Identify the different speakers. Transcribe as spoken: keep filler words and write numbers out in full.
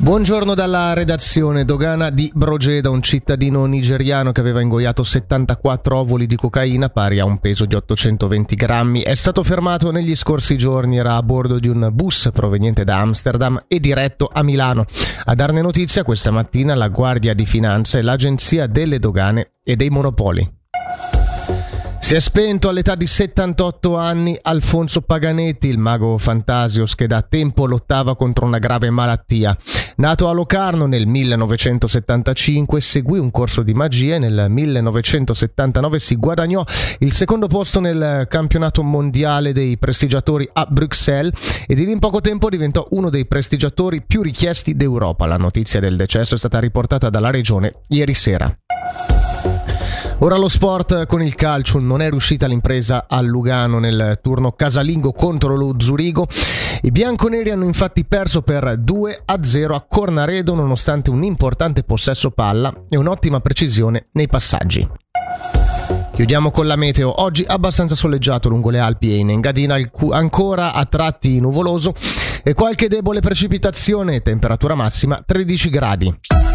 Speaker 1: Buongiorno dalla redazione. Dogana di Brogeda, un cittadino nigeriano che aveva ingoiato settantaquattro ovuli di cocaina pari a un peso di ottocentoventi grammi. È stato fermato negli scorsi giorni, era a bordo di un bus proveniente da Amsterdam e diretto a Milano. A darne notizia questa mattina la Guardia di Finanza e l'Agenzia delle Dogane e dei Monopoli. Si è spento all'età di settantotto anni Alfonso Paganetti, il mago Fantasios che da tempo lottava contro una grave malattia. Nato a Locarno nel millenovecentosettantacinque, seguì un corso di magia e nel millenovecentosettantanove si guadagnò il secondo posto nel campionato mondiale dei prestigiatori a Bruxelles ed in poco tempo diventò uno dei prestigiatori più richiesti d'Europa. La notizia del decesso è stata riportata dalla regione ieri sera. Ora lo sport con il calcio. Non è riuscita l'impresa a Lugano nel turno casalingo contro lo Zurigo. I bianconeri hanno infatti perso per due a zero a Cornaredo nonostante un importante possesso palla e un'ottima precisione nei passaggi. Chiudiamo con la meteo. Oggi abbastanza soleggiato lungo le Alpi e in Engadina, ancora a tratti nuvoloso e qualche debole precipitazione, temperatura massima tredici gradi.